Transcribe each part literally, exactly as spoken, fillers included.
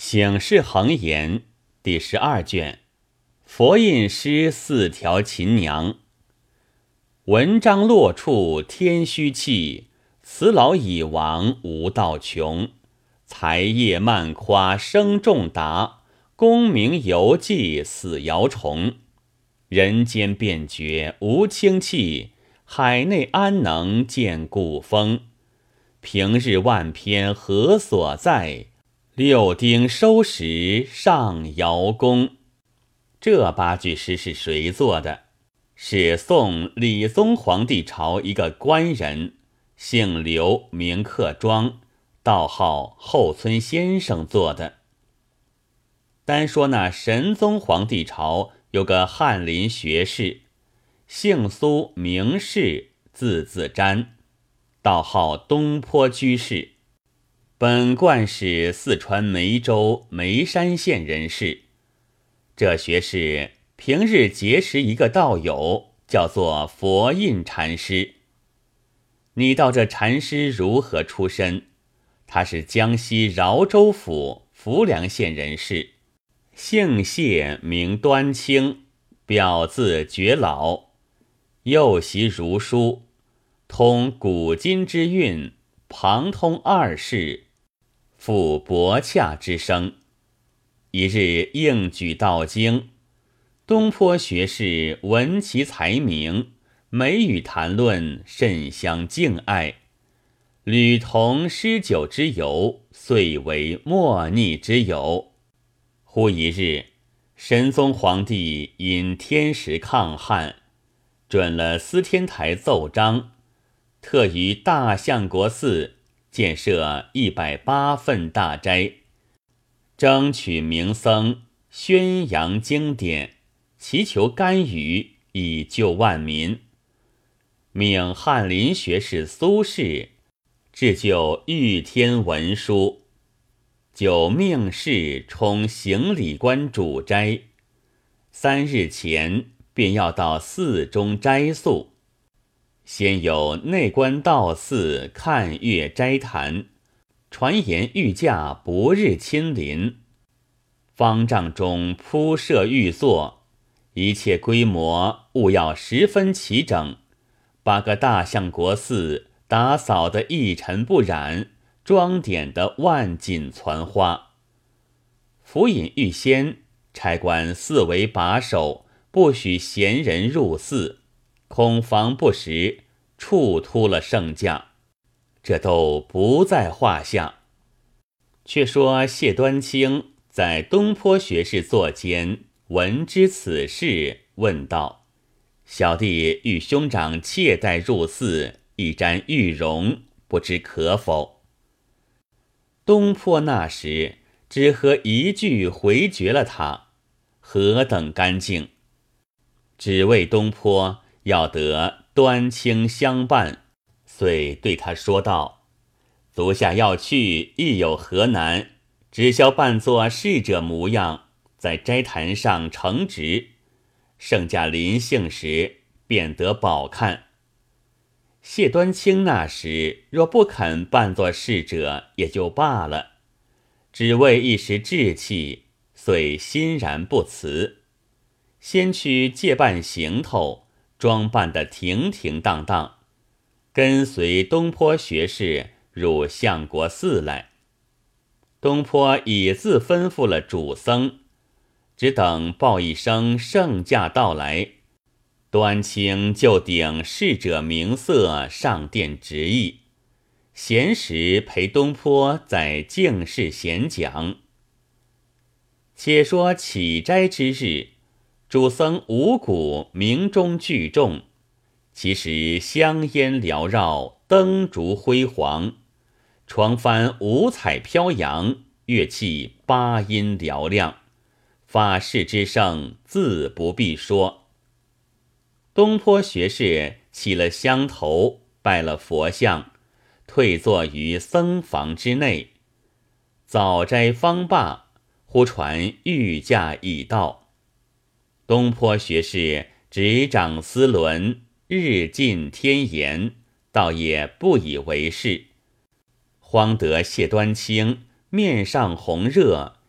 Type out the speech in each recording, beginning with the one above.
醒世恒言第十二卷，佛印诗四条秦娘。文章落处天虚气，辞劳已亡无道穷。才业漫夸声重达，功名犹记死摇虫。人间便觉无清气，海内安能见古风？平日万篇何所在？六丁收拾上瑶宫。这八句诗是谁做的？是宋理宗皇帝朝一个官人，姓刘名克庄，道号后村先生做的。单说那神宗皇帝朝有个翰林学士，姓苏名氏，字子瞻，道号东坡居士，本贯是四川梅州眉山县人士。这学士平日结识一个道友，叫做佛印禅师。你道这禅师如何出身？他是江西饶州府浮梁县人士，姓谢名端清，表字觉老，幼习儒书，通古今之韵，旁通二世，富博洽之声。一日应举道经，东坡学士闻其才名，每语谈论，甚相敬爱。屡同诗酒之游，遂为莫逆之友。忽一日，神宗皇帝因天时抗旱，准了司天台奏章，特于大相国寺建设一百八份大斋，争取名僧，宣扬经典，祈求甘雨，以救万民。命翰林学士苏轼制就御天文书，就命士充行礼官主斋，三日前便要到寺中斋宿。先有内官到寺看阅斋坛，传言御驾不日亲临，方丈中铺设御座，一切规模务要十分齐整，把个大相国寺打扫得一尘不染，装点得万锦攒花。府尹预先差官四围把守，不许闲人入寺，恐防不时触突了圣驾，这都不在话下。却说谢端清在东坡学士座间闻知此事，问道：小弟欲兄长切待入寺，一沾玉容，不知可否？东坡那时只和一句回绝了他，何等干净！只为东坡要得端清相伴，遂对他说道：足下要去，亦有何难？只消扮作侍者模样，在斋坛上承职，圣驾临幸时便得饱看。谢端清那时若不肯扮作侍者，也就罢了，只为一时志气，遂欣然不辞。先去借扮行头，装扮得停停当当，跟随东坡学士入相国寺来。东坡已自吩咐了主僧，只等报一声圣驾到来，端清就顶侍者名色上殿执意，闲时陪东坡在净室闲讲。且说起斋之日，主僧五谷鸣钟聚众，其实香烟缭绕，灯烛辉煌，床幡五彩飘扬，乐器八音嘹亮，法事之盛自不必说。东坡学士起了香头，拜了佛像，退坐于僧房之内。早斋方罢，忽传御驾已到。东坡学士执掌丝纶，日进天延，倒也不以为是。慌得谢端清面上红热，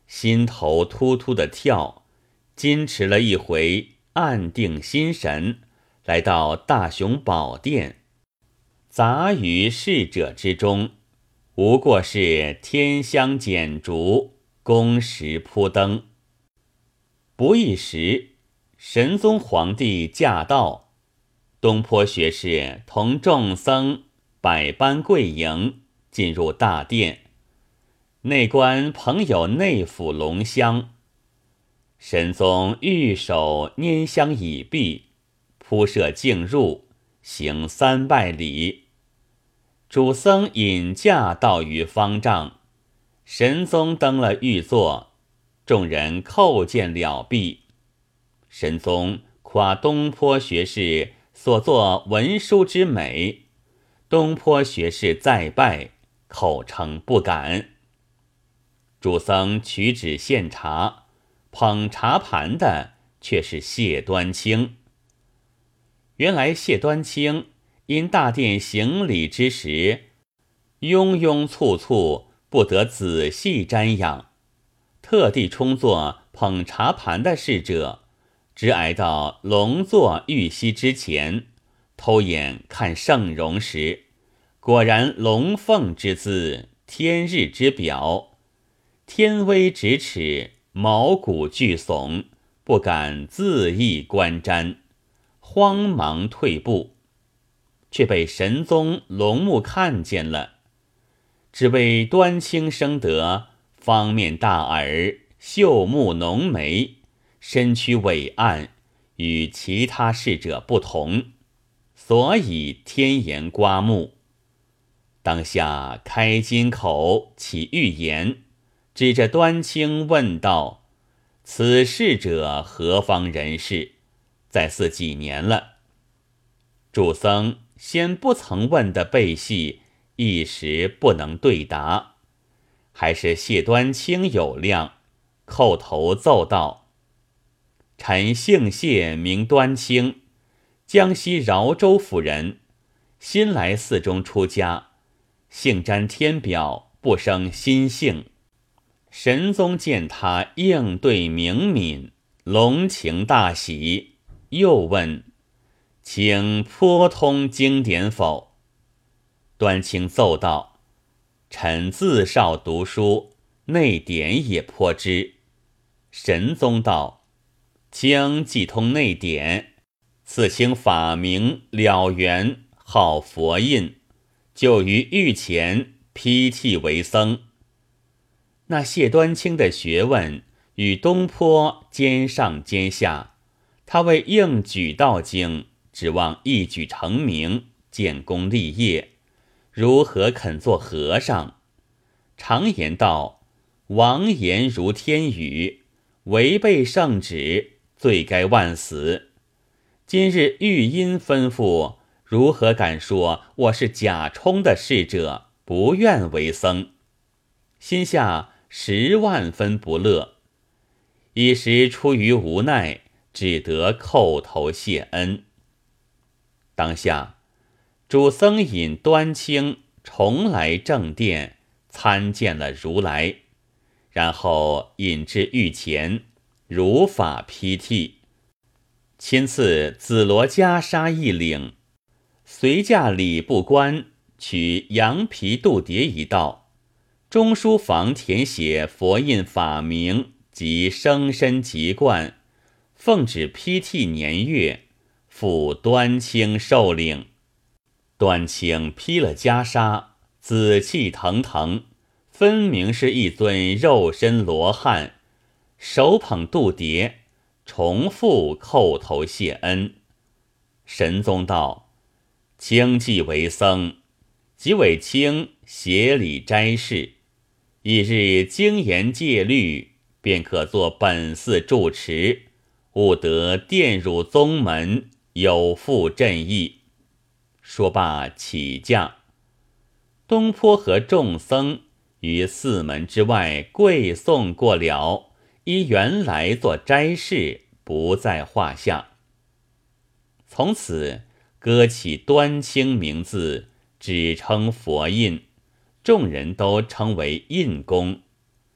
心头突突的跳，矜持了一回，暗定心神，来到大雄宝殿，杂于侍者之中，无过是天香剪烛，宫石铺灯。不一时，神宗皇帝驾到，东坡学士同众僧百般跪迎，进入大殿。内官捧有内府龙香，神宗玉手拈香已毕，铺设径入，行三拜礼。主僧引驾到于方丈，神宗登了御座，众人叩见了毕。神宗夸东坡学士所作文书之美，东坡学士再拜，口称不敢。主僧取旨献茶，捧茶盘的却是谢端清。原来谢端清因大殿行礼之时，庸庸促促，不得仔细瞻仰，特地充作捧茶盘的侍者，直挨到龙座玉溪之前，偷眼看圣容时，果然龙凤之姿，天日之表，天威咫尺，毛骨俱悚，不敢恣意观瞻，慌忙退步，却被神宗龙目看见了。只为端清生得方面大耳，秀目浓眉，身躯伟岸，与其他侍者不同，所以天颜刮目。当下开金口，起预言，指着端清问道：此侍者何方人士？在寺几年了？主僧先不曾问的背细，一时不能对答，还是谢端清有量，叩头奏道：臣姓谢，名端清，江西饶州府人，新来寺中出家，姓沾天表，不生心性。神宗见他应对明敏，龙情大喜，又问：请颇通经典否？端清奏道：臣自少读书，内典也颇知。神宗道：卿既通内典，赐卿法名了缘，号佛印，就于御前披剃为僧。那谢端清的学问与东坡兼上兼下，他为应举道经，指望一举成名，建功立业，如何肯做和尚？常言道：王言如天语，违背圣旨，罪该万死。今日御医吩咐，如何敢说我是假充的侍者，不愿为僧？心下十万分不乐，一时出于无奈，只得叩头谢恩。当下主僧引端清重来正殿，参见了如来，然后引至御前，如法披剃，亲赐紫罗袈裟一领，随驾礼部官取羊皮度牒一道，中书房填写佛印法名及生身籍贯，奉旨披剃年月，赴端清受领。端清披了袈裟，紫气腾腾，分明是一尊肉身罗汉，手捧度牒，重复叩头谢恩。神宗道：清既为僧，即为清协理斋事，一日精研戒律，便可作本寺住持，务得殿入宗门，有负朕意。说罢起驾。东坡和众僧于寺门之外跪送过了，依原来做斋事，不在话下。从此歌起端清名字，只称佛印，众人都称为印公。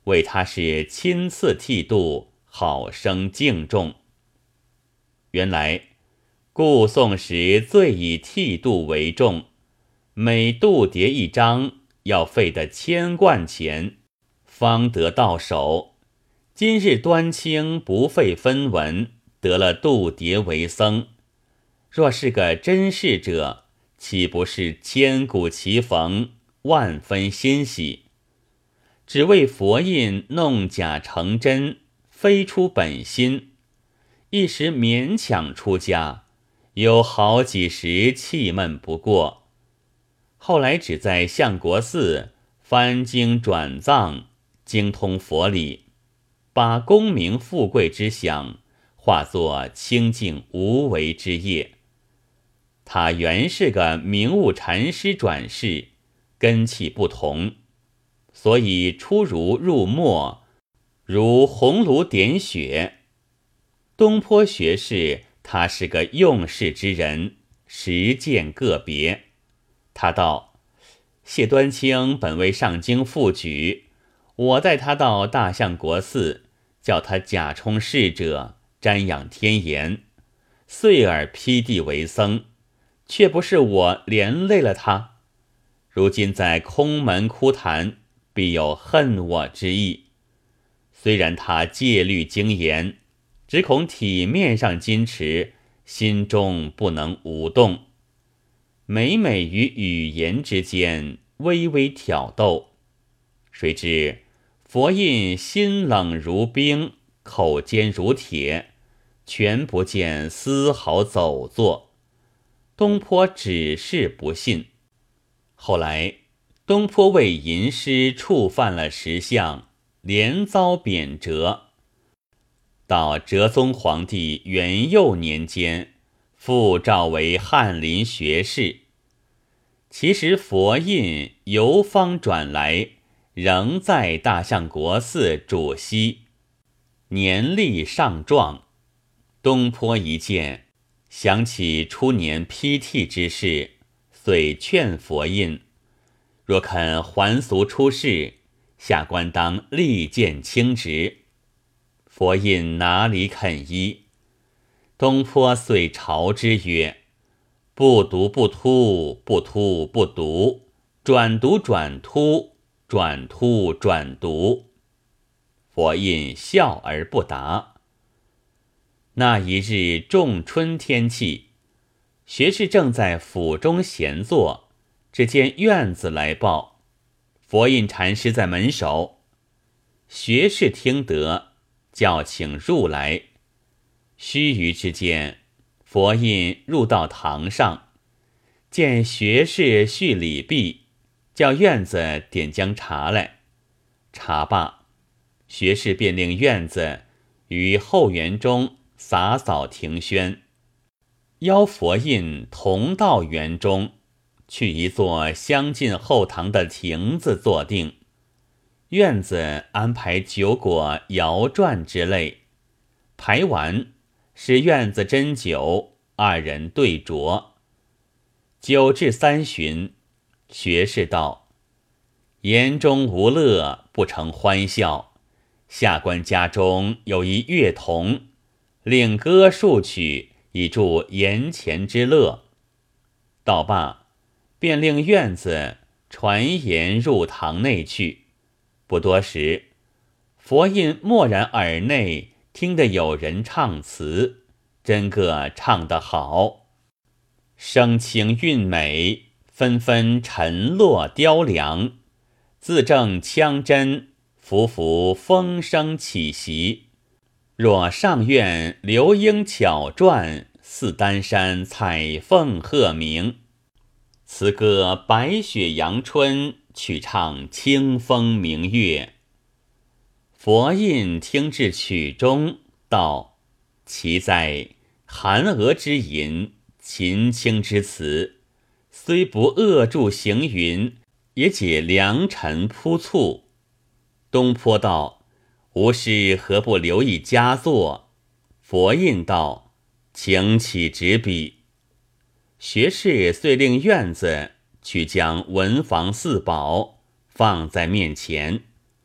谓他是亲赐剃度，好生敬重。原来故宋时最以剃度为重，每度牒一张要费得千贯钱，方得到手。今日端清不费分文，得了度牒为僧，若是个真事者，岂不是千古奇逢，万分欣喜？只为佛印弄假成真，非出本心，一时勉强出家，有好几时气闷不过。后来只在相国寺翻经转藏，精通佛理，把功名富贵之想化作清净无为之业。他原是个明悟禅师转世，根气不同，所以出儒入没，如红炉点雪。东坡学士他是个用事之人，实践个别。他道：谢端清本为上京赴举，我带他到大相国寺，叫他假充侍者，瞻仰天颜，遂而披地为僧，却不是我连累了他。如今在空门哭谈，必有恨我之意。虽然他戒律精严，只恐体面上矜持，心中不能无动，每每于语言之间微微挑逗。谁知佛印心冷如冰，口坚如铁，全不见丝毫走作。东坡只是不信。后来东坡为吟诗触犯了石像，连遭贬谪。到哲宗皇帝元佑年间，复召为翰林学士。其实佛印游方转来，仍在大相国寺主席，年历尚壮。东坡一见，想起初年披剃之事，遂劝佛印，若肯还俗出仕，下官当力荐清职。佛印哪里肯依？东坡遂朝之曰：不读不突，不突不读，转读转突，转突转读。佛印笑而不答。那一日仲春天气，学士正在府中闲坐，只见院子来报，佛印禅师在门首。学士听得，叫请入来。须臾之间，佛印入到堂上，见学士叙礼毕，叫院子点将茶来。茶罢，学士便令院子于后园中洒扫庭轩，邀佛印同到园中，去一座相近后堂的亭子坐定。院子安排酒果肴馔之类，排完，使院子斟酒，二人对酌。酒至三巡，学士道：言中无乐，不成欢笑。下官家中有一乐童，令歌数曲，以助言前之乐。道罢，便令院子传言入堂内去。不多时，佛印蓦然耳内听得有人唱词，真个唱得好，声清韵美，纷纷沉落雕梁，字正腔真，幅幅风声起袭。若上苑流莺巧啭，似丹山彩凤鹤鸣。词歌白雪阳春，曲唱清风明月。佛印听至曲中，道：其在韩娥之吟，秦清之词，虽不扼住行云，也解良辰铺促。东坡道：吾师何不留意佳作？佛印道：请起执笔。学士遂令院子去将文房四宝放在面前。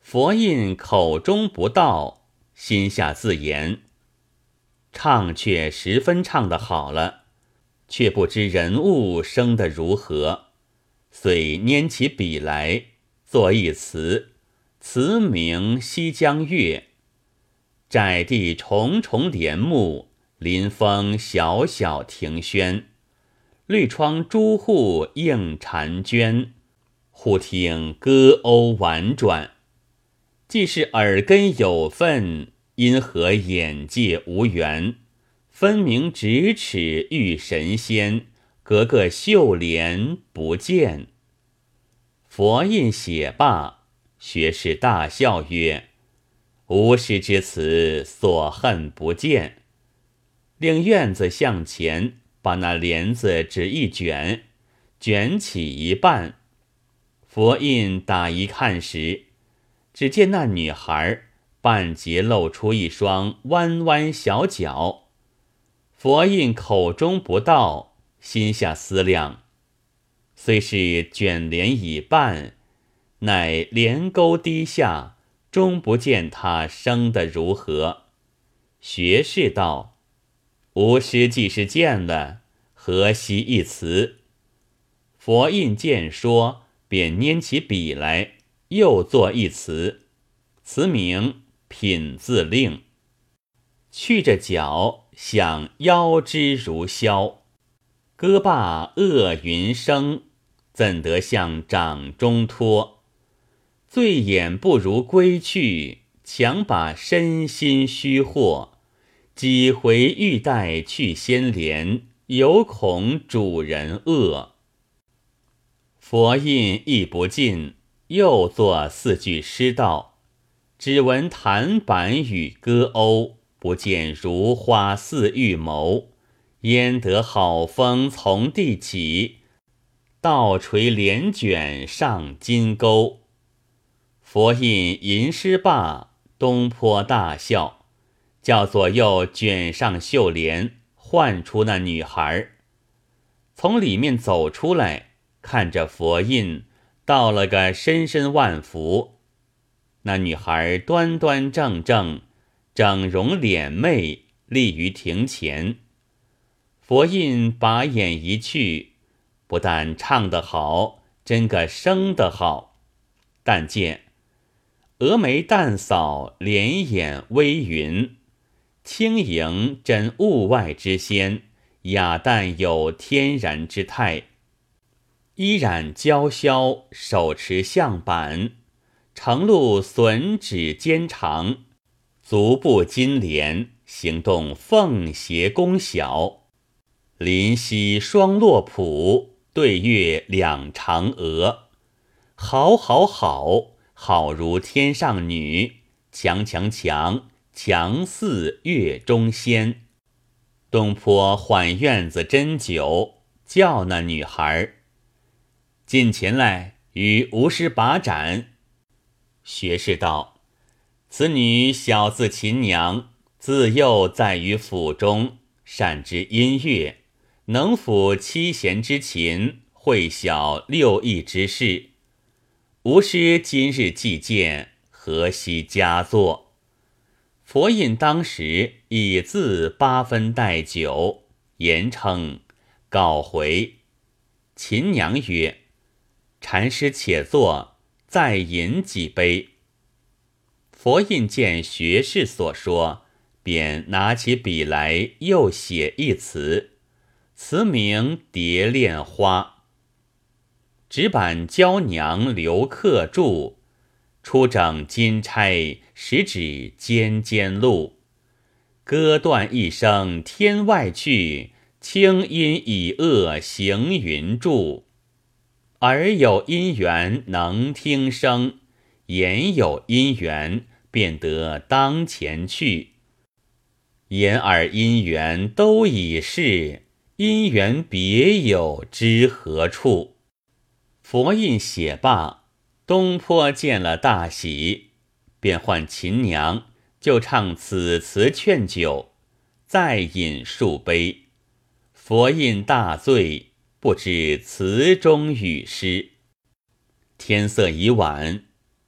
佛印口中不道，心下自言，唱却十分唱得好了，却不知人物生得如何，遂拈起笔来作一词，词名《西江月》。窄地重重帘幕，临风小小庭轩，绿窗朱户映婵娟，忽听歌讴婉转。既是耳根有分，因何眼界无缘？分明咫尺遇神仙，隔个秀帘不见。佛印写罢，学士大笑曰：吾师之词，所恨不见。令院子向前，把那帘子只一卷，卷起一半。佛印打一看时，只见那女孩半截露出一双弯弯小脚。佛印口中不道，心下思量，虽是卷帘已半，乃帘钩低下，终不见他生得如何。学士道：吾师既是见了，何惜一词？佛印见说，便拈起笔来，又作一词，词名《品字令》。去着脚，想腰肢如箫，歌罢恶云生，怎得向掌中托？醉眼不如归去，强把身心虚获。几回欲待去先怜，犹恐主人恶。佛印亦不尽，又作四句诗道：只闻弹板与歌讴，不见如花似玉眸。焉得好风从地起，倒垂帘卷上金钩。佛印吟诗罢，东坡大笑，叫左右卷上绣帘，唤出那女孩。从里面走出来，看着佛印，道了个深深万福。那女孩端端正正，整容脸媚，立于庭前。佛印把眼一去，不但唱得好，真个生得好。但见蛾眉淡扫，连眼微云，轻盈真物外之仙，雅淡有天然之态。衣染娇绡，手持象板，程路笋指肩长，足步金莲，行动凤斜弓小。临溪双落浦，对月两嫦娥。好好好，好如天上女，强强强，强似月中仙。东坡唤院子斟酒，叫那女孩近前来，与吾师把盏。学士道：此女小字琴娘，自幼在于府中，善知音乐，能抚七弦之琴，会晓六艺之事。吾师今日既见，何惜佳作？佛印当时以自八分待酒，言称告回。琴娘曰：禅师且坐，再饮几杯。佛印见学士所说，便拿起笔来，又写一词，词名《蝶恋花》。纸板娇娘留客住，出整金钗，十指尖尖露。歌断一声天外去，清音已遏行云住。耳有因缘能听声，眼有因缘便得当前去。眼耳因缘都已逝，因缘别有知何处？佛印写罢，东坡见了大喜，便唤琴娘，就唱此词劝酒，再饮数杯。佛印大醉，不知词中语诗。天色已晚，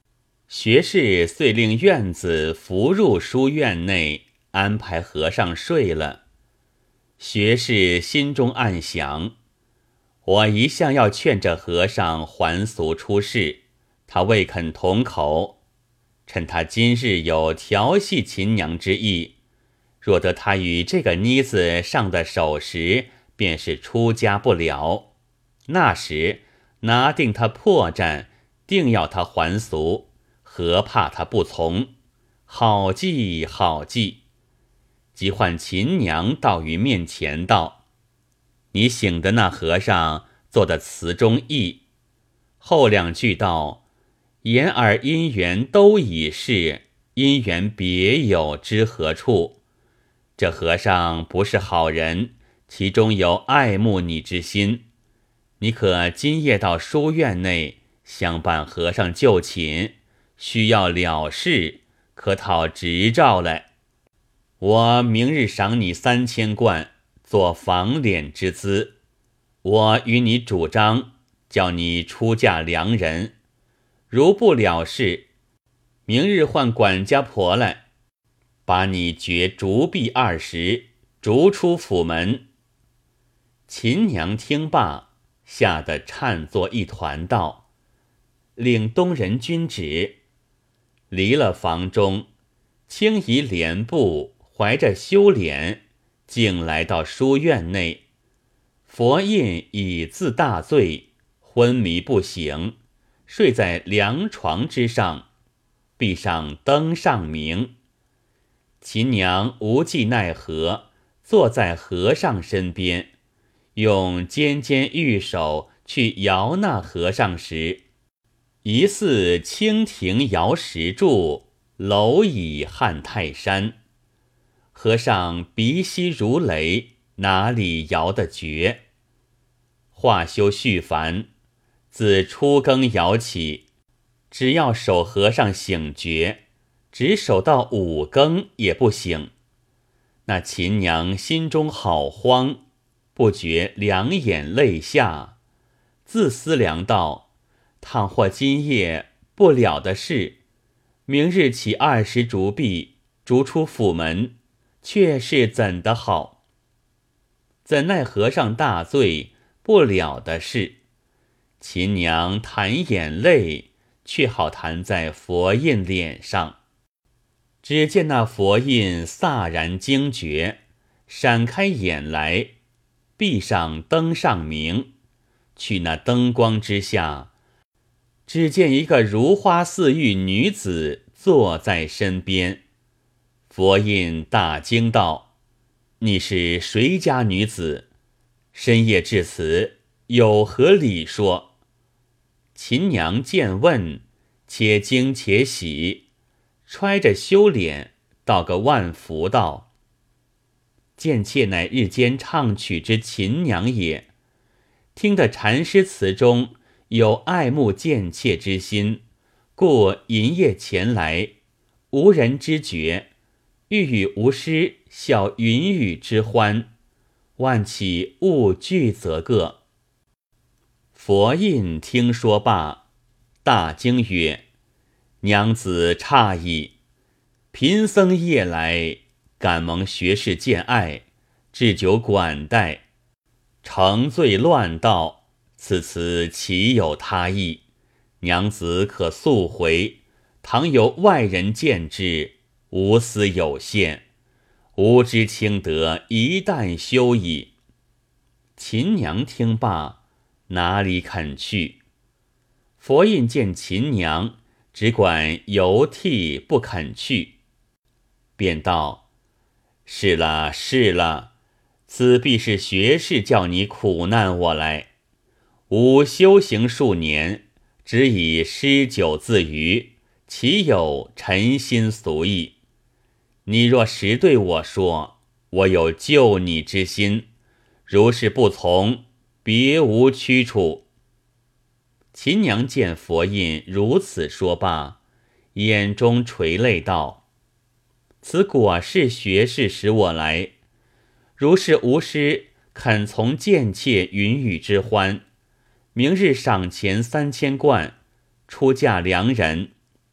学士遂令院子扶入书院内，安排和尚睡了。学士心中暗想，我一向要劝这和尚还俗出世，他未肯同口，趁他今日有调戏秦娘之意，若得他与这个妮子上的手时，便是出家不了。那时拿定他破绽，定要他还俗，何怕他不从？好计好计！即唤秦娘到于面前道：你醒的那和尚做的词中意，后两句道：言而姻缘都已逝，姻缘别有知何处？这和尚不是好人，其中有爱慕你之心。你可今夜到书院内相伴和尚就寝，需要了事，可讨执照来。我明日赏你三千贯，做房脸之资。我与你主张，叫你出嫁良人。如不了事，明日唤管家婆来，把你决逐币二十，逐出府门。秦娘听罢，吓得颤作一团，道：领东人君旨。离了房中，轻移帘布，怀着羞脸，竟来到书院内。佛印已自大醉，昏迷不醒，睡在凉床之上，壁上灯上明。秦娘无计奈何，坐在和尚身边，用尖尖玉手去摇那和尚时，疑似蜻蜓摇石柱，蝼蚁撼泰山。和尚鼻息如雷，哪里摇得绝？话休续繁，自初更摇起，只要守和尚醒觉，只守到五更也不醒。那秦娘心中好慌，不觉两眼泪下，自思量道：倘或今夜不了的事，明日起二十逐币，逐出府门，却是怎的好？怎奈和尚大醉，不了的事。秦娘弹眼泪，却好弹在佛印脸上。只见那佛印飒然惊觉，闪开眼来，壁上灯上明。去那灯光之下，只见一个如花似玉女子坐在身边。佛印大惊道：你是谁家女子？深夜至此，有何理说？秦娘见问，且惊且喜，揣着羞脸，道个万福道：贱妾乃日间唱曲之秦娘也，听得禅师词中有爱慕贱妾之心，故银夜前来，无人知觉，欲与吾师效云雨之欢，万岂勿惧则个。佛印听说罢，大惊曰：娘子诧异，贫僧夜来，感蒙学士见爱，置酒管待，乘醉乱道，此词岂有他意？娘子可速回，倘有外人见之，无私有限，吾之清德一旦休矣。秦娘听罢，哪里肯去？佛印见秦娘只管犹替不肯去，便道：是了是了，此必是学士叫你苦难我来。吾修行数年，只以诗酒自娱，岂有尘心俗意？你若实对我说，我有救你之心，如是不从，别无去处。秦娘见佛印如此说罢，眼中垂泪道：此果是学士使我来，如是吾师肯从贱妾云雨之欢，明日赏钱三千贯，出嫁良人。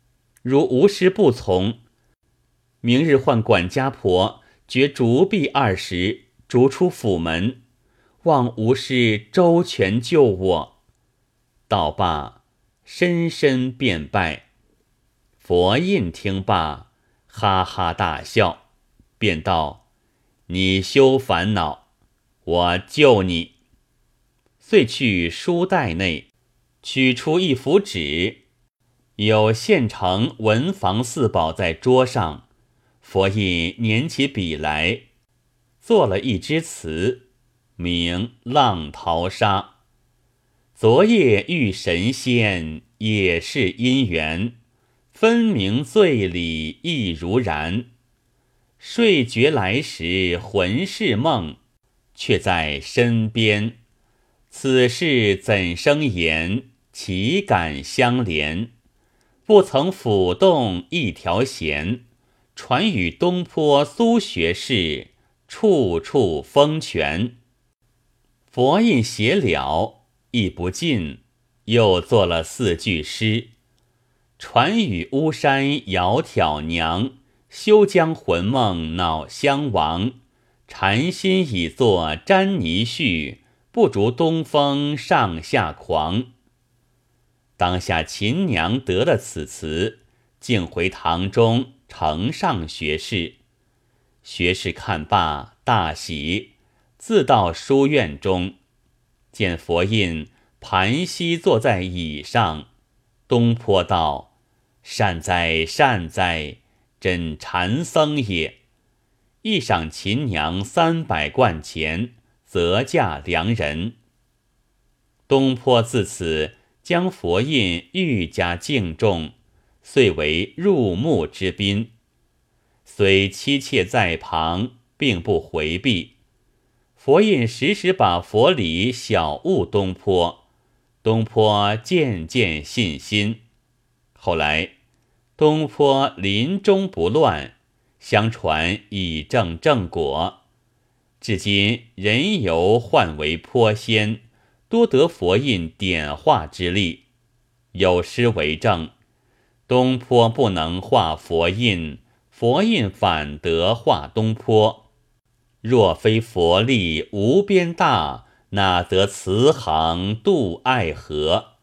如无师不从，明日唤管家婆决竹币二十，逐出府门，望无师周全救我。”道罢，深深便拜。佛印听罢，哈哈大笑，便道：“你休烦恼，我救你。”遂去书袋内取出一幅纸，有现成文房四宝在桌上，佛印捻起笔来，做了一支词，名《浪淘沙》。昨夜遇神仙，也是因缘，分明醉里亦如然。睡觉来时魂是梦，却在身边。此事怎生言？岂敢相连？不曾抚动一条弦，传与东坡苏学士，处处风泉。佛印写了，亦不尽，又作了四句诗：传与巫山窈窕娘，休将魂梦恼相王。禅心已作沾泥絮，不逐东风上下狂。当下秦娘得了此词，竟回堂中呈上学士。学士看罢，大喜，自到书院中，见佛印盘膝坐在椅上。东坡道：“善哉善哉，真禅僧也。”一赏秦娘三百贯钱，责嫁良人。东坡自此将佛印愈加敬重，遂为入幕之宾。虽妻妾在旁，并不回避。佛印时时把佛理晓悟东坡，东坡渐渐信心。后来东坡临终不乱，相传已证正果，至今人犹唤为颇仙，多得佛印点化之力。有诗为证：东坡不能画佛印，佛印反得画东坡。若非佛力无边大，哪得慈航渡爱河。